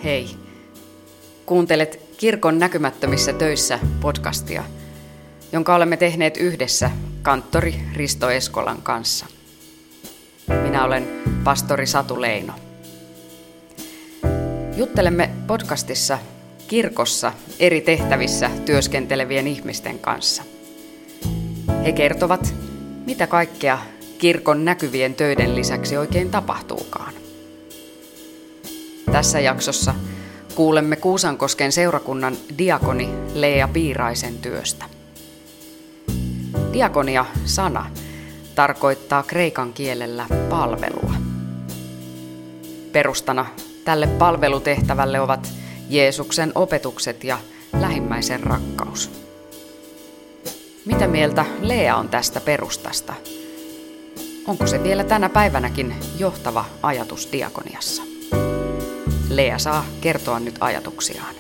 Hei! Kuuntelet Kirkon näkymättömissä töissä podcastia, jonka olemme tehneet yhdessä kanttori Risto Eskolan kanssa. Minä olen pastori Satu Leino. Juttelemme podcastissa kirkossa eri tehtävissä työskentelevien ihmisten kanssa. He kertovat, mitä kaikkea kirkon näkyvien töiden lisäksi oikein tapahtuukaan. Tässä jaksossa kuulemme Kuusankosken seurakunnan diakoni Lea Piiraisen työstä. Diakonia-sana tarkoittaa kreikan kielellä palvelua. Perustana tälle palvelutehtävälle ovat Jeesuksen opetukset ja lähimmäisen rakkaus. Mitä mieltä Lea on tästä perustasta? Onko se vielä tänä päivänäkin johtava ajatus diakoniassa? Lea saa kertoa nyt ajatuksiaan.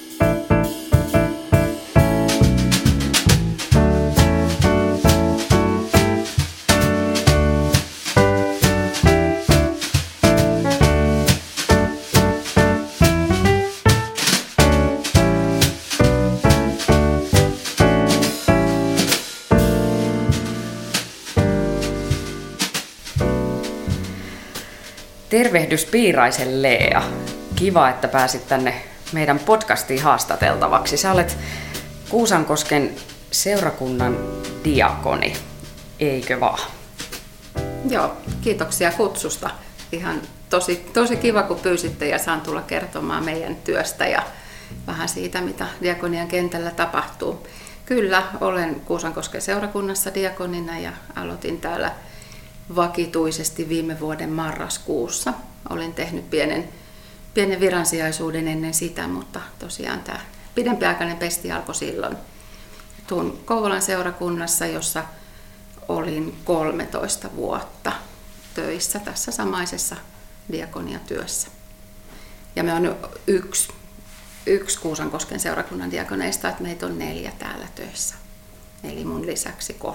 Tervehdys Piiraisen Lea. Kiva, että pääsit tänne meidän podcastiin haastateltavaksi. Sä olet Kuusankosken seurakunnan diakoni, eikö vaan? Joo, kiitoksia kutsusta. Ihan tosi kiva, kun pyysitte ja saan tulla kertomaan meidän työstä ja vähän siitä, mitä diakonian kentällä tapahtuu. Kyllä, olen Kuusankosken seurakunnassa diakonina ja aloitin täällä vakituisesti viime vuoden marraskuussa. Olin tehnyt pienen viransijaisuuden ennen sitä, mutta tosiaan tämä pidempiaikainen pesti alkoi silloin. Tuun Kouvolan seurakunnassa, jossa olin 13 vuotta töissä tässä samaisessa diakoniatyössä. Ja me on yksi Kuusankosken seurakunnan diakoneista, että meitä on 4 täällä töissä. Eli mun lisäksi 3.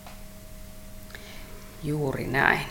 Juuri näin.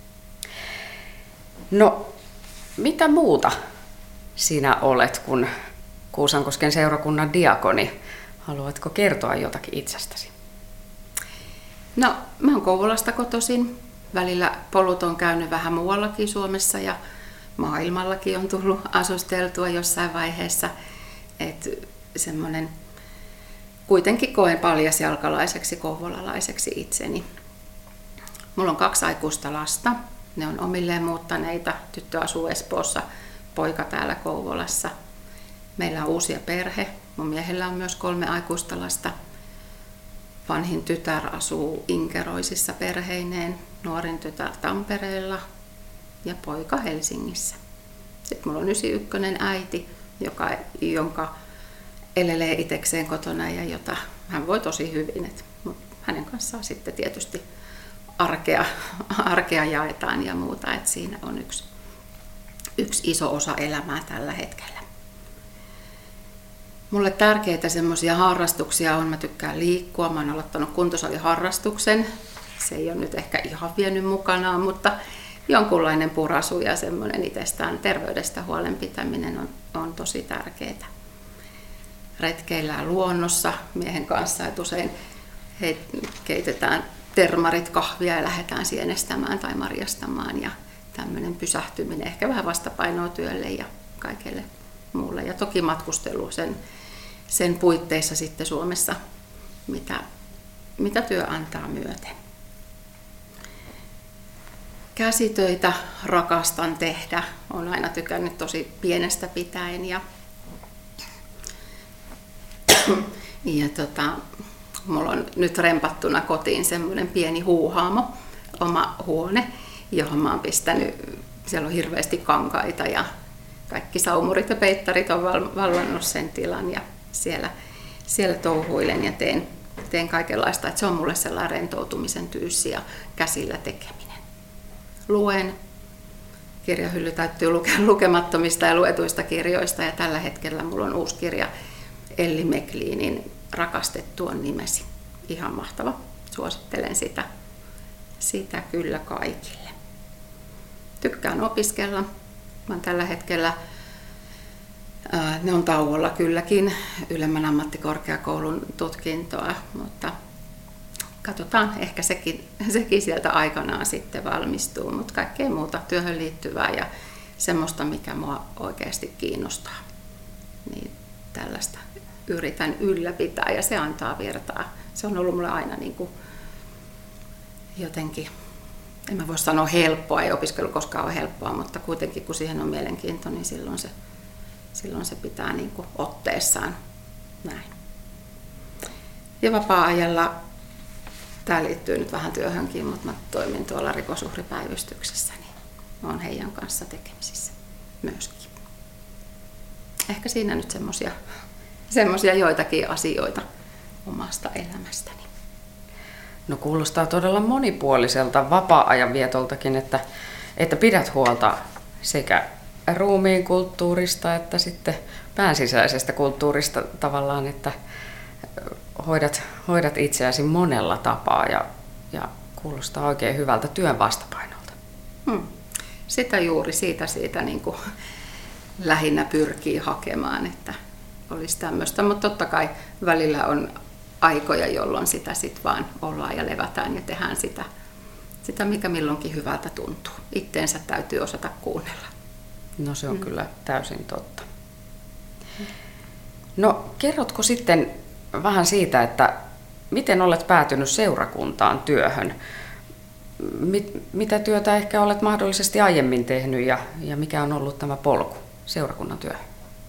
No, mitä muuta sinä olet kuin Kuusankosken seurakunnan diakoni? Haluatko kertoa jotakin itsestäsi? No, mä oon Kouvolasta kotoisin. Välillä polut on käynyt vähän muuallakin Suomessa ja maailmallakin on tullut asusteltua jossain vaiheessa. Että semmoinen kuitenkin koen paljasjalkalaiseksi kouvolalaiseksi itseni. Mulla on 2 aikuista lasta. Ne on omilleen muuttaneita. Tyttö asuu Espoossa, poika täällä Kouvolassa. Meillä on uusia perhe. Mun miehellä on myös 3 aikuista lasta. Vanhin tytär asuu Inkeroisissa perheineen, nuorin tytär Tampereella ja poika Helsingissä. Sitten mulla on 91 äiti, jonka elelee itekseen kotona ja jota hän voi tosi hyvin. Mutta hänen kanssaan sitten tietysti arkea jaetaan ja muuta, että siinä on yksi iso osa elämää tällä hetkellä. Mulle tärkeitä semmoisia harrastuksia on, mä tykkään liikkua, mä oon aloittanut kuntosaliharrastuksen. Se ei ole nyt ehkä ihan vienyt mukanaan, mutta jonkunlainen purasu ja semmoinen itsestään terveydestä huolenpitäminen on tosi tärkeää. Retkeillään luonnossa miehen kanssa, että usein keitetään termarit kahvia ja lähdetään sienestämään tai marjastamaan ja tämmöinen pysähtyminen, ehkä vähän vastapainoa työlle ja kaikelle muulle. Ja toki matkustelu sen puitteissa sitten Suomessa, mitä työ antaa myöten. Käsitöitä rakastan tehdä, olen aina tykännyt tosi pienestä pitäen ja mulla on nyt rempattuna kotiin semmoinen pieni huuhaamo, oma huone, johon mä oon pistänyt, siellä on hirveästi kankaita ja kaikki saumurit ja peittarit on valvannut sen tilan ja siellä touhuilen ja teen kaikenlaista, että se on mulle sellainen rentoutumisen tyyssi ja käsillä tekeminen. Luen, kirjahylly täytyy lukea lukemattomista ja luetuista kirjoista ja tällä hetkellä mulla on uusi kirja Elli McLeanin Rakastettu on nimesi. Ihan mahtava. Suosittelen sitä kyllä kaikille. Tykkään opiskella. Mä oon tällä hetkellä Ne on tauolla kylläkin, ylemmän ammattikorkeakoulun tutkintoa, mutta katsotaan, ehkä sekin sieltä aikanaan sitten valmistuu, mutta kaikkea muuta työhön liittyvää ja semmoista, mikä mua oikeasti kiinnostaa, niin tällaista yritän ylläpitää ja se antaa virtaa. Se on ollut mulle aina niin kuin jotenkin, en mä voi sanoa helppoa, ei opiskelu koskaan ole helppoa, mutta kuitenkin kun siihen on mielenkiinto, niin silloin se pitää niin kuin otteessaan näin. Ja vapaa-ajalla, tämä liittyy nyt vähän työhönkin, mutta mä toimin tuolla rikosuhripäivystyksessä, niin olen heidän kanssa tekemisissä myöskin. Ehkä siinä nyt semmoisia joitakin asioita omasta elämästäni. No kuulostaa todella monipuoliselta vapaa-ajan vietoltakin, että pidät huolta sekä ruumiin kulttuurista että sitten päänsisäisestä kulttuurista tavallaan, että hoidat itseäsi monella tapaa ja kuulostaa oikein hyvältä työn vastapainolta. Sitä juuri siitä niin kuin lähinnä pyrkii hakemaan, että olisi tämmöistä, mutta totta kai välillä on aikoja, jolloin sitä sitten vaan ollaan ja levätään ja tehdään sitä mikä milloinkin hyvältä tuntuu. Itteensä täytyy osata kuunnella. No se on kyllä täysin totta. No kerrotko sitten vähän siitä, että miten olet päätynyt seurakuntaan työhön? Mitä työtä ehkä olet mahdollisesti aiemmin tehnyt ja mikä on ollut tämä polku seurakunnan työhön?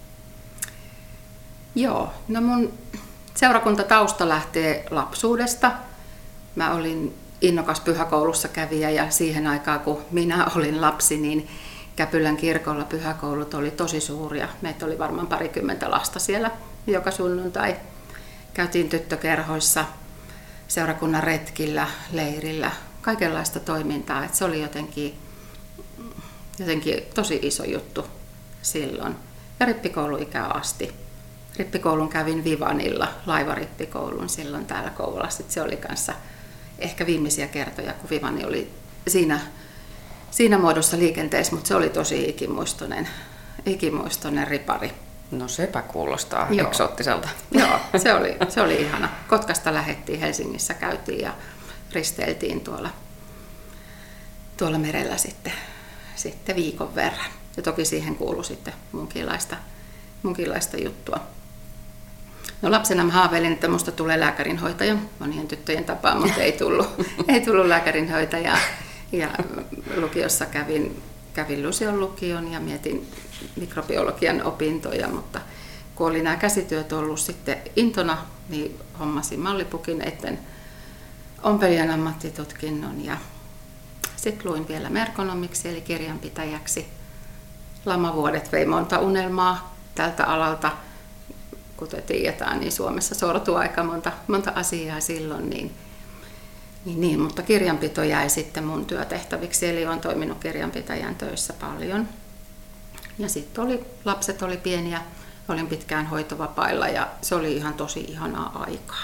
Joo, no mun seurakuntatausta lähtee lapsuudesta. Mä olin innokas pyhäkoulussa kävijä ja siihen aikaan kun minä olin lapsi, niin Käpylän kirkolla pyhäkoulut oli tosi suuria. Meitä oli varmaan 20 lasta siellä joka sunnuntai. Käytiin tyttökerhoissa, seurakunnan retkillä, leirillä, kaikenlaista toimintaa. Et se oli jotenkin tosi iso juttu silloin. Ja rippikouluikään asti. Rippikoulun kävin Vivanilla, laivarippikoulun silloin täällä Kouvolassa. Se oli kanssa ehkä viimeisiä kertoja, kun Vivani oli siinä muodossa liikenteessä, mutta se oli tosi ikimuistoinen ripari. No sepä kuulostaa eksoottiselta. Joo, se oli ihana. Kotkasta lähdettiin, Helsingissä käytiin ja risteiltiin tuolla merellä sitten viikon verran. Ja toki siihen kuului sitten munkinlaista juttua. No lapsena mä haaveilin, että musta tulee lääkärinhoitaja, monien tyttöjen tapaan, mutta ei tullut lääkärinhoitajaa. Ja lukiossa kävin Lusion lukion ja mietin mikrobiologian opintoja, mutta kun oli nämä käsityöt ollut sitten intona, niin hommasin mallipukin etten ompelijan ammattitutkinnon ja sitten luin vielä merkonomiksi eli kirjanpitäjäksi. Lamavuodet vei monta unelmaa tältä alalta. Kuten tiedetään, niin Suomessa sortuu aika monta asiaa silloin, niin, mutta kirjanpito jäi sitten mun työtehtäviksi, eli olen toiminut kirjanpitäjän töissä paljon. Ja sitten lapset oli pieniä, olin pitkään hoitovapailla ja se oli ihan tosi ihanaa aikaa.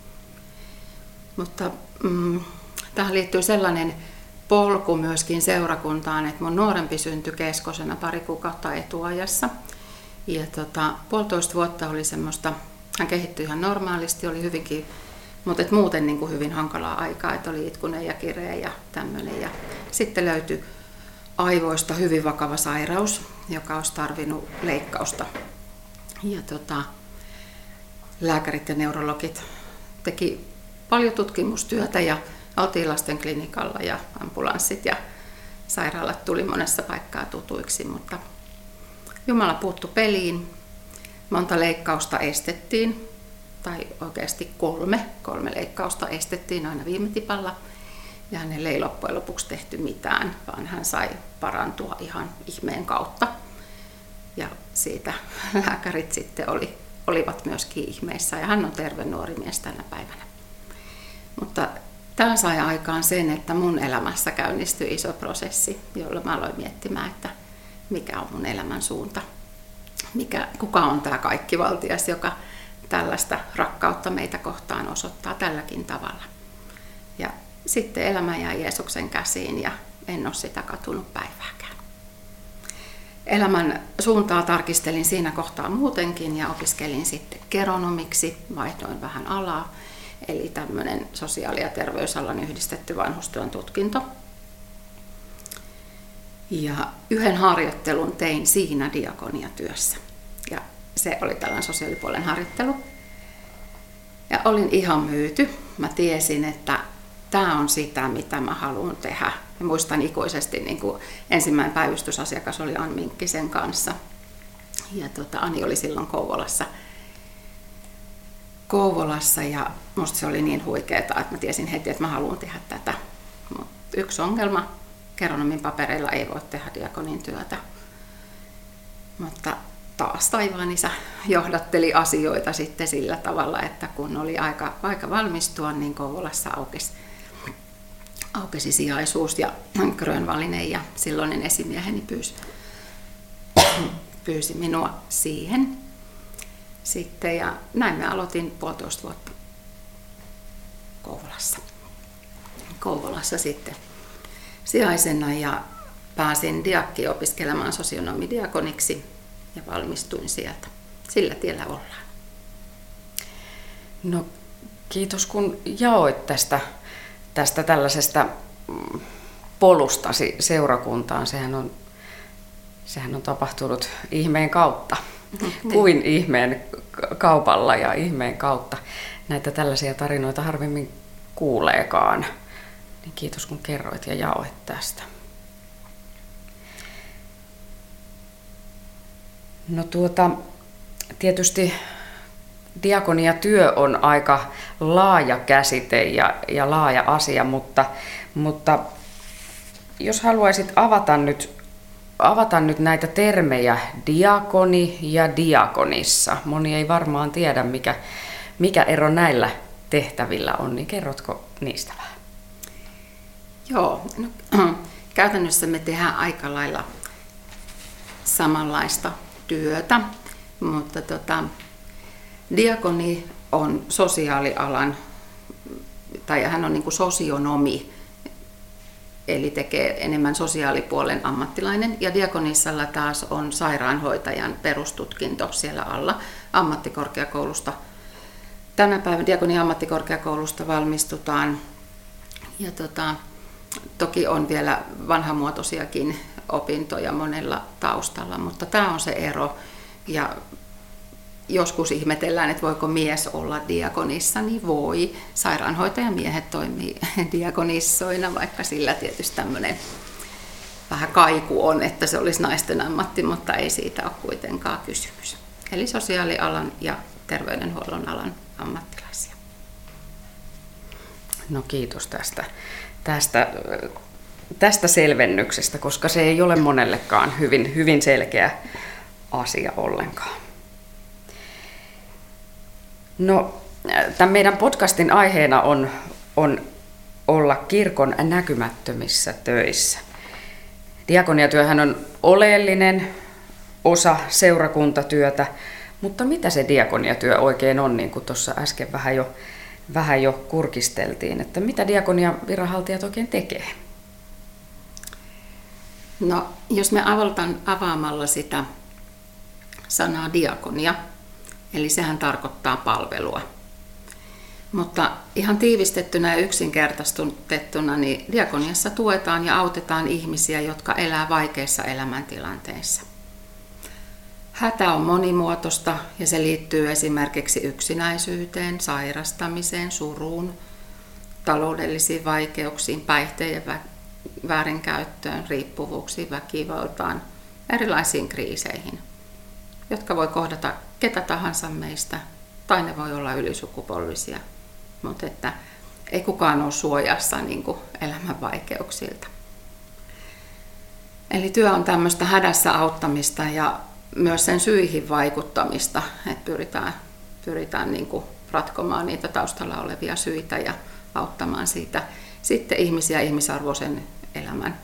Mutta tähän liittyy sellainen polku myöskin seurakuntaan, että mun nuorempi syntyi Keskosena pari kuukautta etuajassa. Ja 1,5 vuotta oli semmoista, hän kehittyi ihan normaalisti, oli hyvinkin, mutta muuten niin kuin hyvin hankalaa aikaa, että oli itkunen ja kireä ja tämmöinen. Ja sitten löytyi aivoista hyvin vakava sairaus, joka olisi tarvinnut leikkausta. Ja lääkärit ja neurologit teki paljon tutkimustyötä ja oltiin lastenklinikalla ja ambulanssit ja sairaalat tuli monessa paikkaa tutuiksi, mutta Jumala puuttui peliin. Monta leikkausta estettiin, tai oikeasti kolme leikkausta estettiin aina viime tipalla. Ja hänelle ei loppujen lopuksi tehty mitään, vaan hän sai parantua ihan ihmeen kautta. Ja siitä lääkärit sitten olivat myöskin ihmeissä, ja hän on terve nuori mies tänä päivänä. Mutta tämä sai aikaan sen, että mun elämässä käynnistyi iso prosessi, jolloin mä aloin miettimään, että mikä on mun elämän suunta. Kuka on tämä kaikkivaltias, joka tällaista rakkautta meitä kohtaan osoittaa tälläkin tavalla. Ja sitten elämä jäi Jeesuksen käsiin ja en ole sitä katunut päivääkään. elämän suuntaa tarkistelin siinä kohtaa muutenkin ja opiskelin sitten geronomiksi, vaihdoin vähän alaa, eli tämmöinen sosiaali- ja terveysalan yhdistetty vanhustyön tutkinto. Ja yhden harjoittelun tein siinä diakoniatyössä. Ja se oli tällainen sosiaalipuolen harjoittelu. Ja olin ihan myyty. Mä tiesin, että tämä on sitä, mitä mä haluan tehdä. Ja muistan ikuisesti, niin kuin ensimmäinen päivystysasiakas oli Anni Minkkisen kanssa. Ja Ani oli silloin Kouvolassa ja musta se oli niin huikeaa, että mä tiesin heti, että mä haluan tehdä tätä. Mut yksi ongelma, geronomin papereilla ei voi tehdä diakonin työtä. Mutta taas taivaan isä johdatteli asioita sitten sillä tavalla, että kun oli aika valmistua, niin Kouvolassa aukesi sijaisuus ja Grönvallinen ja silloinen esimieheni pyysi minua siihen sitten ja näin mä aloitin 1,5 vuotta Kouvolassa sitten sijaisena ja pääsin diakkiin opiskelemaan sosionomidiakoniksi ja valmistuin sieltä. Sillä tiellä ollaan. No kiitos kun jaoit tästä tällaisesta polustasi seurakuntaan. Sehän on tapahtunut ihmeen kautta, kuin ihmeen kaupalla ja ihmeen kautta. Näitä tällaisia tarinoita harvemmin kuuleekaan. Niin kiitos kun kerroit ja jaoit tästä. No tietysti diakoniatyö on aika laaja käsite ja laaja asia, mutta jos haluaisit avata nyt näitä termejä diakoni ja diakonissa. Moni ei varmaan tiedä, mikä ero näillä tehtävillä on, niin kerrotko niistä vähän? Joo, no, käytännössä me tehdään aika lailla samanlaista työtä, mutta diakoni on sosiaalialan, tai hän on niin kuin sosionomi, eli tekee enemmän sosiaalipuolen ammattilainen, ja diakonissalla taas on sairaanhoitajan perustutkinto siellä alla ammattikorkeakoulusta. Tänä päivänä diakonia ammattikorkeakoulusta valmistutaan, ja toki on vielä vanhamuotoisiakin opintoja monella taustalla, mutta tämä on se ero. Ja joskus ihmetellään, että voiko mies olla diakonissa, niin voi. Sairaanhoitajamiehet toimii diakonissoina, vaikka sillä tietysti tämmöinen vähän kaiku on, että se olisi naisten ammatti, mutta ei siitä ole kuitenkaan kysymys. Eli sosiaalialan ja terveydenhuollon alan ammattilaisia. No kiitos tästä selvennyksestä, koska se ei ole monellekaan hyvin selkeä asia ollenkaan. No, tämän meidän podcastin aiheena on olla kirkon näkymättömissä töissä. Diakoniatyöhän on oleellinen osa seurakuntatyötä, mutta mitä se diakoniatyö oikein on, niin kuin tuossa äsken vähän jo kurkisteltiin, että mitä diakonian viranhaltijat oikein tekee? No, jos me aloitan avaamalla sitä sanaa diakonia, eli sehän tarkoittaa palvelua. Mutta ihan tiivistettynä ja yksinkertaistettuna, niin diakoniassa tuetaan ja autetaan ihmisiä, jotka elää vaikeissa elämäntilanteissa. Hätä on monimuotoista ja se liittyy esimerkiksi yksinäisyyteen, sairastamiseen, suruun, taloudellisiin vaikeuksiin, päihteiden väärinkäyttöön, riippuvuuksiin, väkivaltaan, erilaisiin kriiseihin, jotka voi kohdata ketä tahansa meistä, tai ne voi olla ylisukupolvisia, mutta että ei kukaan ole suojassa niin kuin elämän vaikeuksilta. Eli työ on tämmöistä hädässä auttamista ja myös sen syihin vaikuttamista, että pyritään niin kuin ratkomaan niitä taustalla olevia syitä ja auttamaan siitä sitten ihmisiä ihmisarvoisen elämän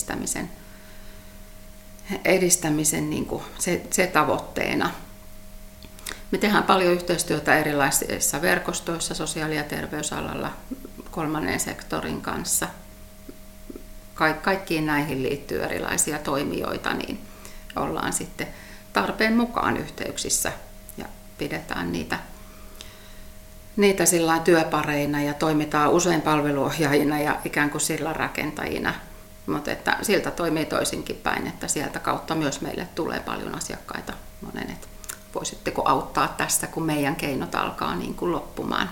edistämisen niin kuin se tavoitteena. Me tehdään paljon yhteistyötä erilaisissa verkostoissa sosiaali- ja terveysalalla kolmannen sektorin kanssa. Kaikkiin näihin liittyy erilaisia toimijoita, niin ollaan sitten tarpeen mukaan yhteyksissä ja pidetään niitä sillä työpareina ja toimitaan usein palveluohjaajina ja ikään kuin sillä rakentajina. Mutta että siltä toimii toisinkin päin, että sieltä kautta myös meille tulee paljon asiakkaita. Monen, että voisitteko auttaa tässä, kun meidän keinot alkaa niin kuin loppumaan.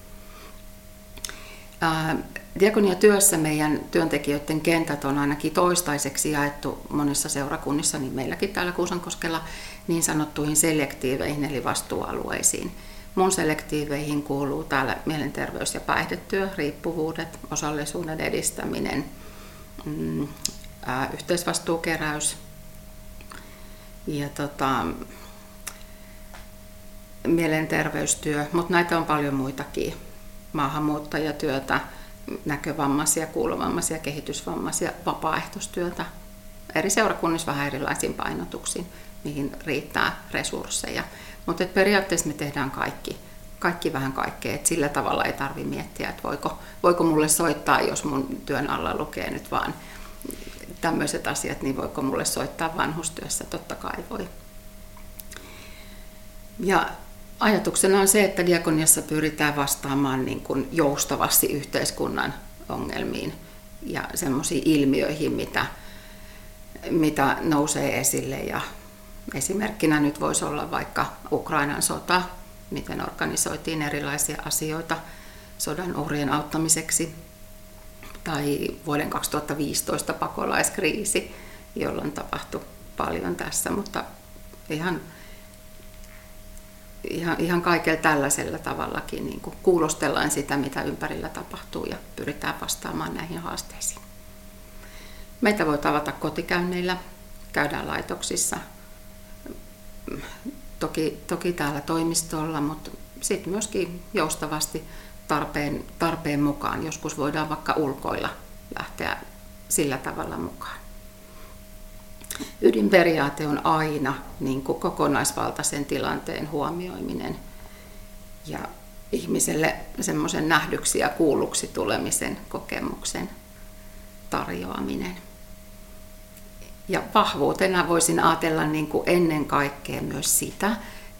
Diakoniatyössä meidän työntekijöiden kentät on ainakin toistaiseksi jaettu monissa seurakunnissa, niin meilläkin täällä Kuusankoskella, niin sanottuihin selektiiveihin eli vastuualueisiin. Mun selektiiveihin kuuluu täällä mielenterveys- ja päihdetyö, riippuvuudet, osallisuuden edistäminen, yhteisvastuukeräys ja mielenterveystyö, mutta näitä on paljon muitakin. Maahanmuuttajatyötä, näkövammaisia, kuulovammaisia, kehitysvammaisia, vapaaehtoistyötä. Eri seurakunnissa vähän erilaisiin painotuksiin, mihin riittää resursseja. Mutta periaatteessa me tehdään kaikki vähän kaikkea. Et sillä tavalla ei tarvitse miettiä, että voiko mulle soittaa, jos mun työn alla lukee nyt vaan tämmöiset asiat, niin voiko mulle soittaa vanhustyössä? Totta kai voi. Ja ajatuksena on se, että diakoniassa pyritään vastaamaan niin kuin joustavasti yhteiskunnan ongelmiin ja semmoisiin ilmiöihin, mitä nousee esille. Ja esimerkkinä nyt voisi olla vaikka Ukrainan sota, miten organisoitiin erilaisia asioita sodan uhrien auttamiseksi, tai vuoden 2015 pakolaiskriisi, jolloin tapahtui paljon tässä, mutta ihan kaikella tällaisella tavallakin niin kuin kuulostellaan sitä, mitä ympärillä tapahtuu ja pyritään vastaamaan näihin haasteisiin. Meitä voi tavata kotikäynneillä, käydään laitoksissa, toki täällä toimistolla, mutta sitten myöskin joustavasti tarpeen mukaan. Joskus voidaan vaikka ulkoilla lähteä sillä tavalla mukaan. Ydinperiaate on aina niin kuin kokonaisvaltaisen tilanteen huomioiminen ja ihmiselle semmoisen nähdyksi ja kuulluksi tulemisen kokemuksen tarjoaminen. Ja vahvuutena voisin ajatella niin kuin ennen kaikkea myös sitä,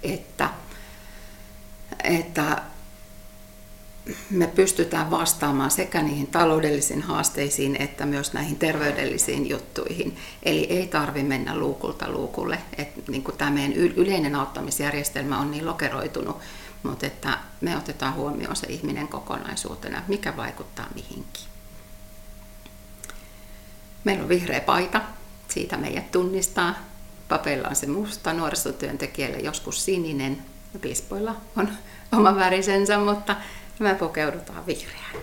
että me pystytään vastaamaan sekä niihin taloudellisiin haasteisiin että myös näihin terveydellisiin juttuihin. Eli ei tarvitse mennä luukulta luukulle. Että niin kuin tämä meidän yleinen auttamisjärjestelmä on niin lokeroitunut, mutta että me otetaan huomioon se ihminen kokonaisuutena, mikä vaikuttaa mihinkin. Meillä on vihreä paita, siitä meidät tunnistaa. Papeilla on se musta, nuorisotyöntekijällä joskus sininen ja piispoilla on oma värisensä, mutta me pukeudutaan vihreään.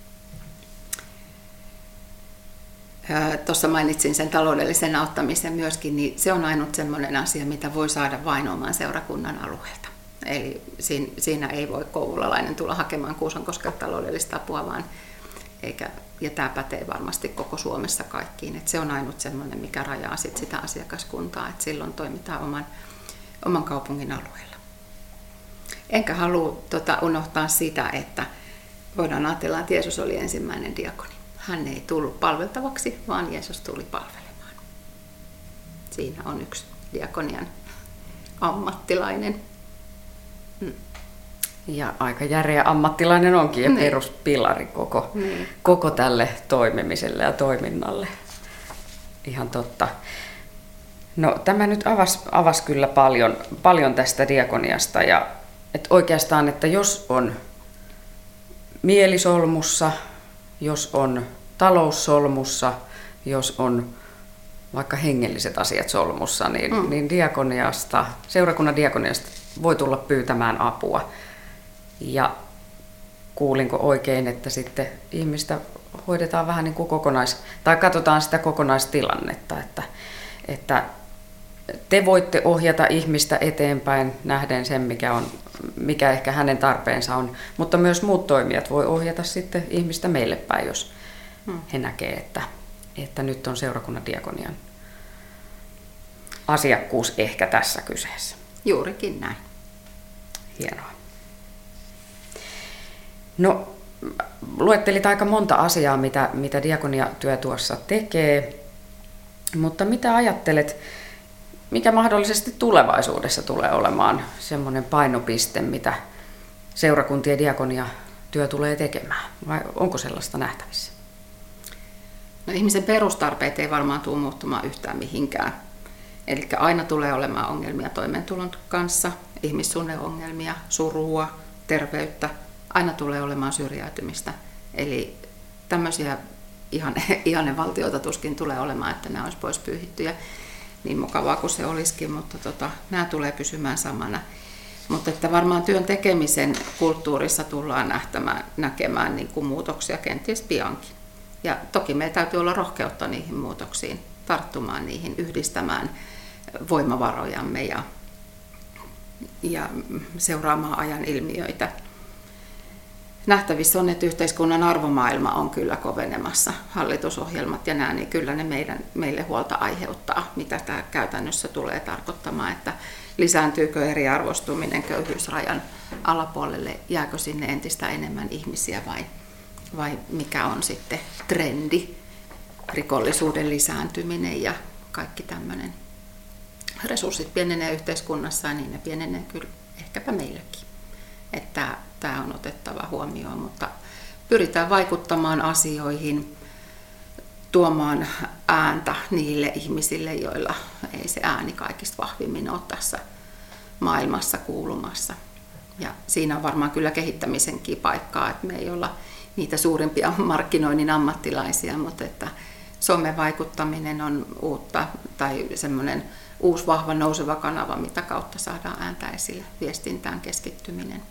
Tuossa mainitsin sen taloudellisen auttamisen myöskin, niin se on ainut sellainen asia, mitä voi saada vain oman seurakunnan alueelta. Eli siinä ei voi kouvolalainen tulla hakemaan Kuusankoskelta taloudellista apua, ja tämä pätee varmasti koko Suomessa kaikkiin. Et se on ainut sellainen, mikä rajaa sitä asiakaskuntaa, että silloin toimitaan oman kaupungin alueella. Enkä halua unohtaa sitä, että voidaan ajatella, että Jeesus oli ensimmäinen diakoni. Hän ei tullut palveltavaksi, vaan Jeesus tuli palvelemaan. Siinä on yksi diakonian ammattilainen. Ja aika järeä ammattilainen onkin ja peruspilari koko tälle toimimiselle ja toiminnalle. Ihan totta. No, tämä nyt avasi kyllä paljon tästä diakoniasta. Ja että oikeastaan, että jos on mielisolmussa, jos on taloussolmussa, jos on vaikka hengelliset asiat solmussa, niin seurakunnan diakoniasta voi tulla pyytämään apua. Ja kuulinko oikein, että sitten ihmistä hoidetaan vähän niin kuin tai katsotaan sitä kokonaistilannetta, että te voitte ohjata ihmistä eteenpäin nähden sen, mikä ehkä hänen tarpeensa on, mutta myös muut toimijat voi ohjata sitten ihmistä meille päin, jos he näkee, että nyt on seurakunnan diakonian asiakkuus ehkä tässä kyseessä. Juurikin näin. Hienoa. No, luettelit aika monta asiaa, mitä diakoniatyö tuossa tekee, mutta mitä ajattelet, mikä mahdollisesti tulevaisuudessa tulee olemaan semmoinen painopiste, mitä seurakuntien diakoniatyö tulee tekemään? Vai onko sellaista nähtävissä? No, ihmisen perustarpeet ei varmaan tule muuttumaan yhtään mihinkään. Eli aina tulee olemaan ongelmia toimeentulon kanssa, ihmissuhdeongelmia, surua, terveyttä. Aina tulee olemaan syrjäytymistä. Eli tämmöisiä ihannevaltioita tuskin tulee olemaan, että nämä olisi pois pyyhittyjä. Niin mukavaa kuin se olisikin, mutta nämä tulee pysymään samana. Mutta että varmaan työn tekemisen kulttuurissa tullaan näkemään niin kuin muutoksia kenties piankin. Ja toki meillä täytyy olla rohkeutta niihin muutoksiin, tarttumaan niihin, yhdistämään voimavarojamme ja seuraamaan ajan ilmiöitä. Nähtävissä on, että yhteiskunnan arvomaailma on kyllä kovenemassa. Hallitusohjelmat ja nämä, niin kyllä ne meille huolta aiheuttaa, mitä tämä käytännössä tulee tarkoittamaan, että lisääntyykö eriarvostuminen köyhyysrajan alapuolelle, jääkö sinne entistä enemmän ihmisiä vai mikä on sitten trendi, rikollisuuden lisääntyminen ja kaikki tämmöinen. Resurssit pienenee yhteiskunnassa ja niin ne pienenee kyllä ehkäpä meilläkin. Että tämä on otettava huomioon, mutta pyritään vaikuttamaan asioihin, tuomaan ääntä niille ihmisille, joilla ei se ääni kaikista vahvimmin ole tässä maailmassa kuulumassa. Ja siinä on varmaan kyllä kehittämisenkin paikkaa, että me ei olla niitä suurimpia markkinoinnin ammattilaisia, mutta että somevaikuttaminen on uutta tai semmoinen uusi vahva nouseva kanava, mitä kautta saadaan ääntä esille, viestintään keskittyminen.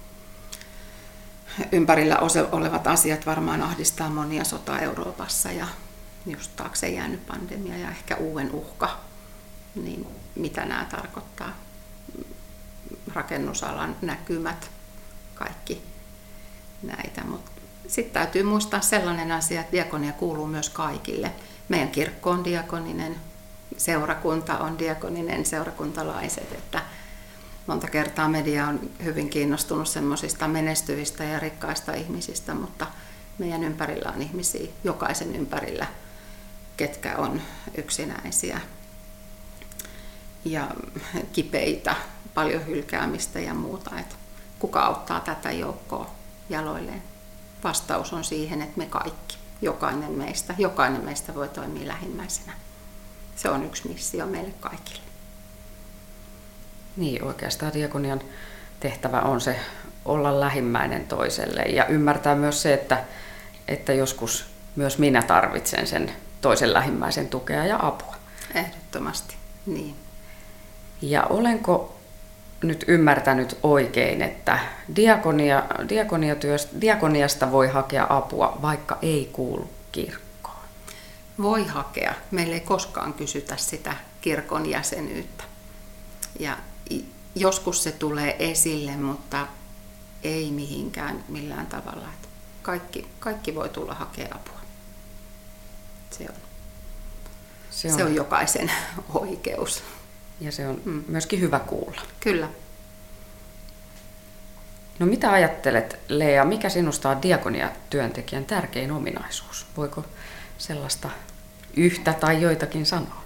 Ympärillä olevat asiat varmaan ahdistaa monia, sota Euroopassa ja just taakse jäänyt pandemia ja ehkä uuden uhka, niin mitä nämä tarkoittaa, rakennusalan näkymät, kaikki näitä. Mutta sitten täytyy muistaa sellainen asia, että diakonia kuuluu myös kaikille. Meidän kirkko on diakoninen, seurakunta on diakoninen, seurakuntalaiset, että monta kertaa media on hyvin kiinnostunut semmoisista menestyvistä ja rikkaista ihmisistä, mutta meidän ympärillä on ihmisiä, jokaisen ympärillä, ketkä on yksinäisiä ja kipeitä, paljon hylkäämistä ja muuta. Että kuka auttaa tätä joukkoa jaloilleen? Vastaus on siihen, että me kaikki, jokainen meistä voi toimia lähimmäisenä. Se on yksi missio meille kaikille. Niin, oikeastaan diakonian tehtävä on se olla lähimmäinen toiselle ja ymmärtää myös se, että joskus myös minä tarvitsen sen toisen lähimmäisen tukea ja apua. Ehdottomasti, niin. Ja olenko nyt ymmärtänyt oikein, että diakoniasta voi hakea apua, vaikka ei kuulu kirkkoon? Voi hakea. Meillä ei koskaan kysytä sitä kirkon jäsenyyttä. Ja joskus se tulee esille, mutta ei mihinkään millään tavalla. Kaikki voi tulla hakea apua. Se on jokaisen oikeus. Ja se on myöskin hyvä kuulla. Kyllä. No mitä ajattelet, Lea, mikä sinusta on diakoniatyöntekijän tärkein ominaisuus? Voiko sellaista yhtä tai joitakin sanoa?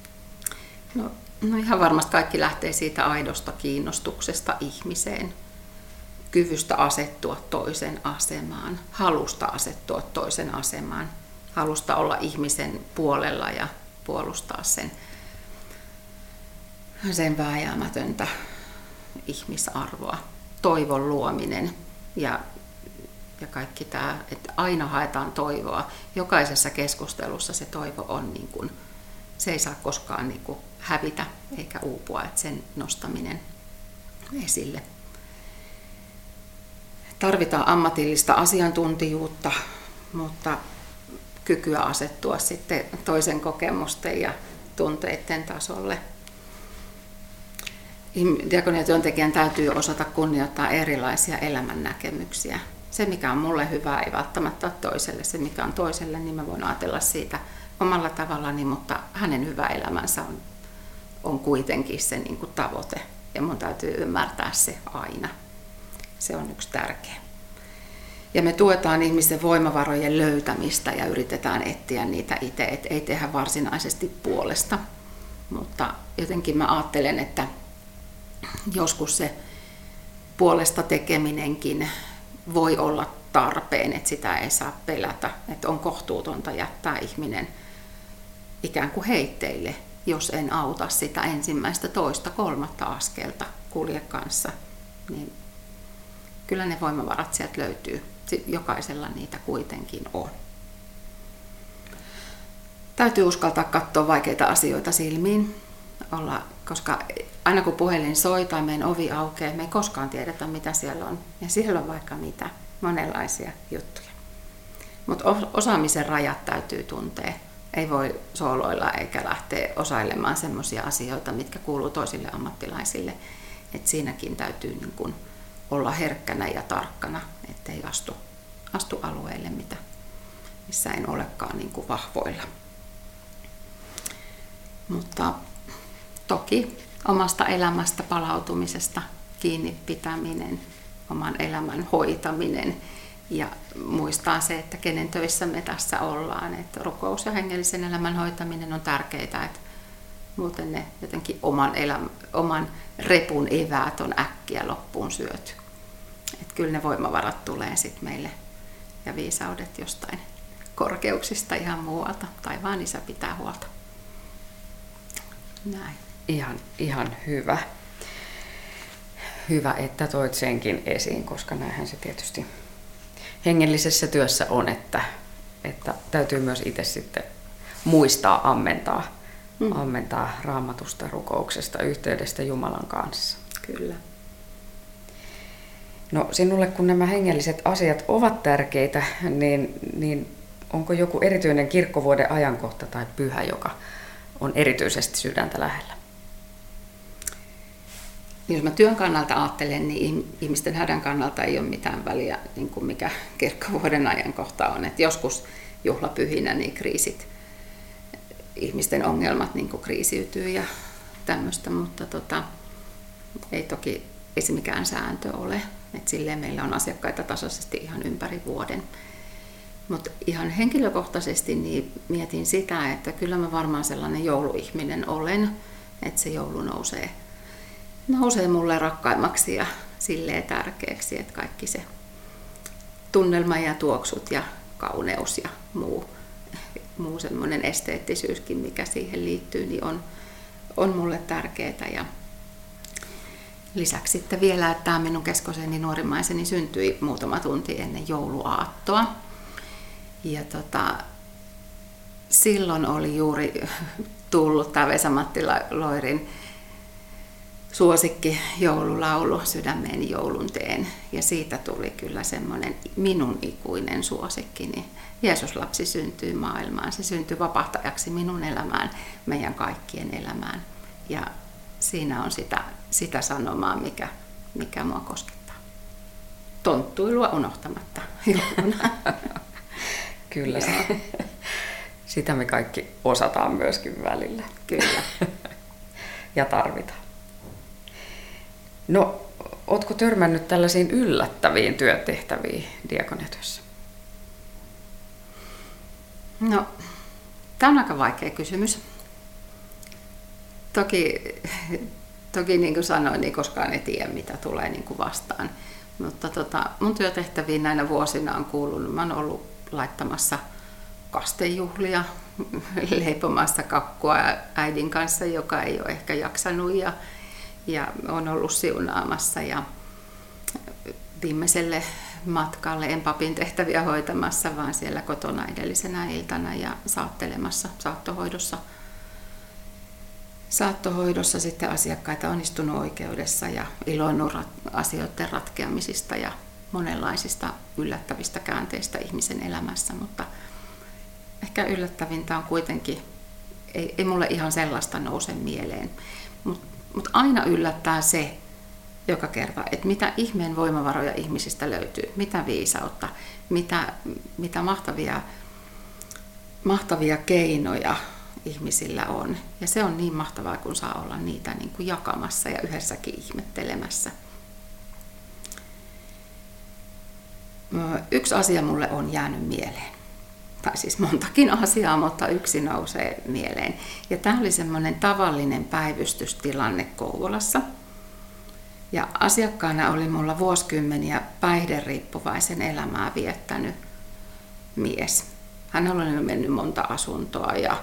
No ihan varmasti kaikki lähtee siitä aidosta kiinnostuksesta ihmiseen, kyvystä asettua toisen asemaan, halusta asettua toisen asemaan, halusta olla ihmisen puolella ja puolustaa sen vääjäämätöntä ihmisarvoa, toivon luominen ja kaikki tämä, että aina haetaan toivoa. Jokaisessa keskustelussa se toivo on niin kuin, se ei saa koskaan niin kuin hävitä eikä uupua, että sen nostaminen esille. Tarvitaan ammatillista asiantuntijuutta, mutta kykyä asettua sitten toisen kokemusten ja tunteiden tasolle. Diakoniatyöntekijän täytyy osata kunnioittaa erilaisia elämännäkemyksiä. Se, mikä on mulle hyvä, ei välttämättä ole toiselle. Se, mikä on toiselle, niin mä voin ajatella siitä omalla tavallani, mutta hänen hyvä elämänsä on kuitenkin se niin kuin tavoite. Ja mun täytyy ymmärtää se aina. Se on yksi tärkeä. Ja me tuetaan ihmisten voimavarojen löytämistä ja yritetään etsiä niitä itse, et ei tehdä varsinaisesti puolesta. Mutta jotenkin mä ajattelen, että joskus se puolesta tekeminenkin voi olla tarpeen, että sitä ei saa pelätä, että on kohtuutonta jättää ihminen ikään kuin heitteille, jos en auta sitä ensimmäistä, toista, kolmatta askelta kulje kanssa, niin kyllä ne voimavarat sieltä löytyy. Jokaisella niitä kuitenkin on. Täytyy uskaltaa katsoa vaikeita asioita silmiin, koska aina kun puhelin soi tai meidän ovi aukeaa, me ei koskaan tiedetä mitä siellä on. Ja siellä on vaikka mitä, monenlaisia juttuja. Mutta osaamisen rajat täytyy tuntea. Ei voi sooloilla eikä lähteä osailemaan sellaisia asioita, mitkä kuuluu toisille ammattilaisille. Et siinäkin täytyy niin kun olla herkkänä ja tarkkana, ettei astu alueelle, missä en olekaan niin kun vahvoilla. Mutta toki omasta elämästä palautumisesta kiinni pitäminen, oman elämän hoitaminen ja muistaa se, että kenen töissä me tässä ollaan. Että rukous ja hengellisen elämän hoitaminen on tärkeää, että muuten ne jotenkin oman repun eväät on äkkiä loppuun syöty. Että kyllä ne voimavarat tulee sitten meille ja viisaudet jostain korkeuksista ihan muualta. Taivaan Isä pitää huolta. Näin. Ihan hyvä. Hyvä, että toit senkin esiin, koska näinhän se tietysti hengellisessä työssä on, että täytyy myös itse sitten muistaa ammentaa Raamatusta, rukouksesta, yhteydestä Jumalan kanssa. Kyllä. No sinulle, kun nämä hengelliset asiat ovat tärkeitä, niin onko joku erityinen kirkkovuoden ajankohta tai pyhä, joka on erityisesti sydäntä lähellä? Jos mä työn kannalta ajattelen, niin ihmisten hädän kannalta ei ole mitään väliä, niin kuin mikä kirkkovuoden ajankohta on. Et joskus juhlapyhinä niin kriisit, ihmisten ongelmat niin kuin kriisiytyy ja tämmöistä, mutta ei toki se mikään sääntö ole. Et silleen meillä on asiakkaita tasaisesti ihan ympäri vuoden. Mutta ihan henkilökohtaisesti niin mietin sitä, että kyllä mä varmaan sellainen jouluihminen olen, että se joulu nousee mulle rakkaimmaksi ja silleen tärkeäksi, että kaikki se tunnelma ja tuoksut ja kauneus ja muu semmoinen esteettisyyskin, mikä siihen liittyy, niin on mulle tärkeää. Ja lisäksi sitten vielä, että tämä minun keskoseni nuorimmaiseni syntyi muutama tunti ennen jouluaattoa. Ja silloin oli juuri tullut tämä Vesa-Matti Loirin suosikki joululaulu Sydämeeni joulun teen. Ja siitä tuli kyllä semmoinen minun ikuinen suosikkini. Jeesus-lapsi syntyy maailmaan. Se syntyi vapahtajaksi minun elämään, meidän kaikkien elämään. Ja siinä on sitä sanomaa, mikä mua koskettaa. Tonttuilua unohtamatta jouluna. Kyllä, sitä me kaikki osataan myöskin välillä. Kyllä. Ja tarvitaan. No, ootko törmännyt tällaisiin yllättäviin työtehtäviin diakoniatyössä? No, tämä on aika vaikea kysymys. Toki niin kuin sanoin, niin koskaan ei tiedä, mitä tulee niin kuin vastaan. Mutta mun työtehtäviin näinä vuosina on kuulunut, mä oon ollut laittamassa kastejuhlia, leipomassa kakkua äidin kanssa, joka ei ole ehkä jaksanut, ja on ollut siunaamassa ja viimeiselle matkalle en papin tehtäviä hoitamassa, vaan siellä kotona edellisenä iltana ja saattelemassa saattohoidossa sitten asiakkaita, on istunut oikeudessa ja iloinnut asioiden ratkeamisista ja monenlaisista yllättävistä käänteistä ihmisen elämässä, mutta ehkä yllättävintä on kuitenkin, ei mulle ihan sellaista nouse mieleen, mutta aina yllättää se joka kerta, että mitä ihmeen voimavaroja ihmisistä löytyy, mitä viisautta, mitä mahtavia keinoja ihmisillä on. Ja se on niin mahtavaa, kun saa olla niitä niin kuin jakamassa ja yhdessäkin ihmettelemässä. Yksi asia mulle on jäänyt mieleen. tai siis montakin asiaa, mutta yksi nousee mieleen. Ja tämä oli semmoinen tavallinen päivystystilanne Kouvolassa. Ja asiakkaana oli mulla vuosikymmeniä päihderiippuvaisen elämää viettänyt mies. Hän oli mennyt monta asuntoa ja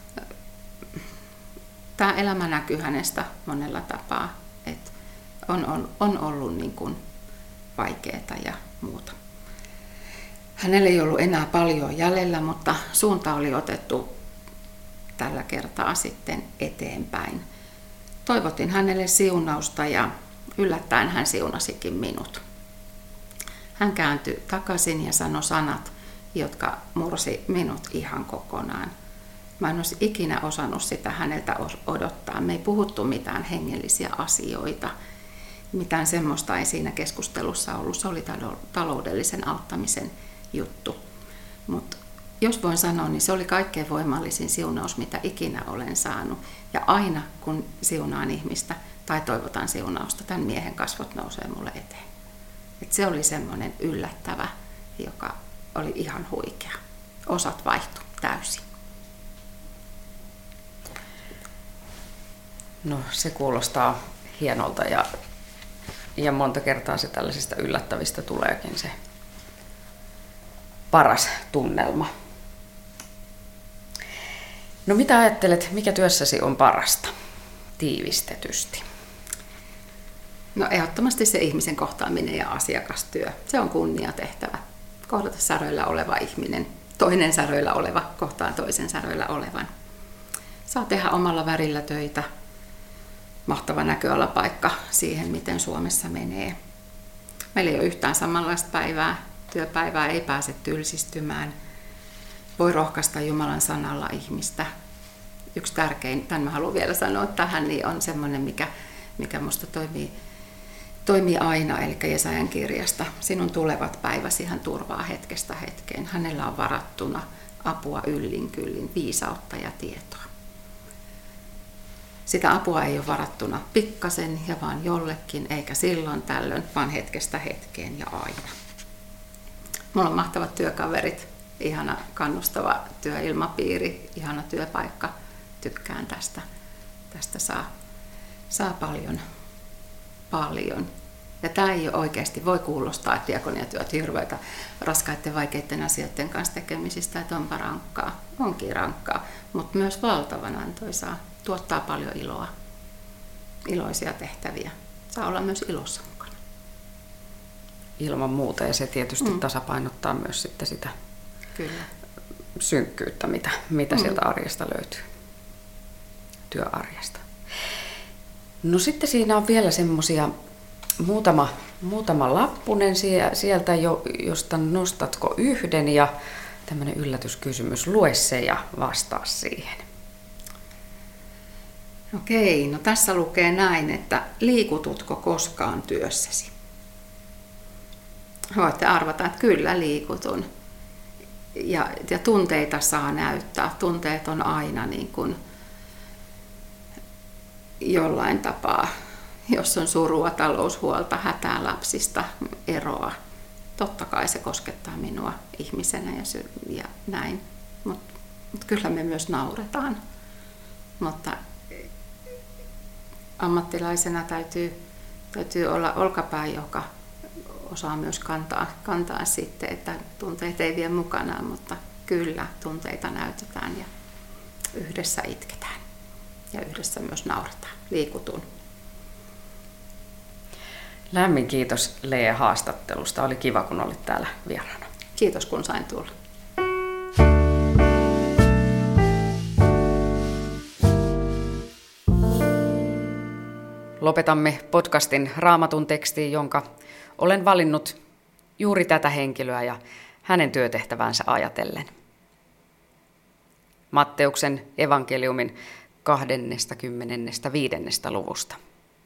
tämä elämä näkyy hänestä monella tapaa. Että on ollut niin kuin vaikeaa ja muuta. Hänellä ei ollut enää paljon jäljellä, mutta suunta oli otettu tällä kertaa sitten eteenpäin. Toivotin hänelle siunausta ja yllättäen hän siunasikin minut. Hän kääntyi takaisin ja sanoi sanat, jotka mursi minut ihan kokonaan. Mä en olisi ikinä osannut sitä häneltä odottaa. Me ei puhuttu mitään hengellisiä asioita. Mitään semmoista ei siinä keskustelussa ollut. Se oli taloudellisen auttamisen juttu. Mutta jos voin sanoa, niin se oli kaikkein voimallisin siunaus, mitä ikinä olen saanut. Ja aina kun siunaan ihmistä tai toivotan siunausta, tämän miehen kasvot nousee mulle eteen. Et se oli semmoinen yllättävä, joka oli ihan huikea. Osat vaihtui täysin. No se kuulostaa hienolta ja monta kertaa se tällaisista yllättävistä tuleekin se paras tunnelma. No mitä ajattelet, mikä työssäsi on parasta tiivistetysti? No ehdottomasti se ihmisen kohtaaminen ja asiakastyö. Se on kunniatehtävä. Kohdata säröillä oleva ihminen, toinen säröillä oleva kohtaa toisen säröillä olevan. Saa tehdä omalla värillä töitä. Mahtava näköalapaikka siihen, miten Suomessa menee. Meillä ei ole yhtään samanlaista päivää. Työpäivää ei pääse tylsistymään. Voi rohkaista Jumalan sanalla ihmistä. Yksi tärkein, tämän mä haluan vielä sanoa tähän, niin on semmoinen, mikä musta toimii aina, eli Jesajan kirjasta. Sinun tulevat päiväsi hän turvaa hetkestä hetkeen. Hänellä on varattuna apua yllin kyllin, viisautta ja tietoa. Sitä apua ei ole varattuna pikkasen ja vaan jollekin, eikä silloin tällöin, vaan hetkestä hetkeen ja aina. Mulla on mahtavat työkaverit, ihana kannustava työilmapiiri, ihana työpaikka. Tykkään tästä. Tästä saa paljon. Ja tämä ei ole oikeasti, voi kuulostaa, että diakoniatyöt hirveitä raskaiden vaikeiden asioiden kanssa tekemisistä, että onpa rankkaa. Onkin rankkaa, mutta myös valtavan antoisaa. Tuottaa paljon iloa, iloisia tehtäviä. Saa olla myös ilossa mukana. Ilman muuta, ja se tietysti tasapainottaa myös sitten sitä Kyllä. synkkyyttä, mitä sieltä arjesta löytyy, työarjesta. No sitten siinä on vielä semmoisia muutama lappunen sieltä, josta nostatko yhden, ja tämmöinen yllätyskysymys, lue se ja vastaa siihen. Okei, no tässä lukee näin, että liikututko koskaan työssäsi? Voitte arvata, että kyllä liikutun. Ja tunteita saa näyttää. Tunteet on aina niin kuin jollain tapaa, jos on surua, taloushuolta, hätää lapsista, eroa. Totta kai se koskettaa minua ihmisenä ja näin. Mutta kyllä me myös nauretaan. Mutta ammattilaisena täytyy olla olkapää, joka osaa myös kantaa sitten, että tunteet ei vie mukanaan, mutta kyllä tunteita näytetään ja yhdessä itketään ja yhdessä myös nauretaan, liikutun. Lämmin kiitos Lea haastattelusta. Oli kiva, kun olit täällä vieraana. Kiitos, kun sain tulla. Lopetamme podcastin Raamatun tekstiin, jonka olen valinnut juuri tätä henkilöä ja hänen työtehtävänsä ajatellen. Matteuksen evankeliumin 25. luvusta.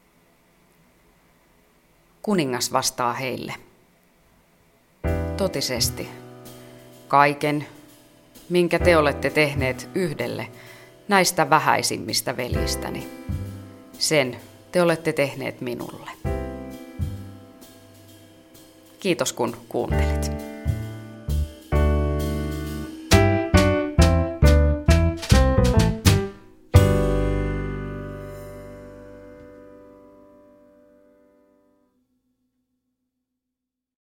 Kuningas vastaa heille. Totisesti, kaiken, minkä te olette tehneet yhdelle näistä vähäisimmistä veljistäni, sen te olette tehneet minulle. Kiitos kun kuuntelit.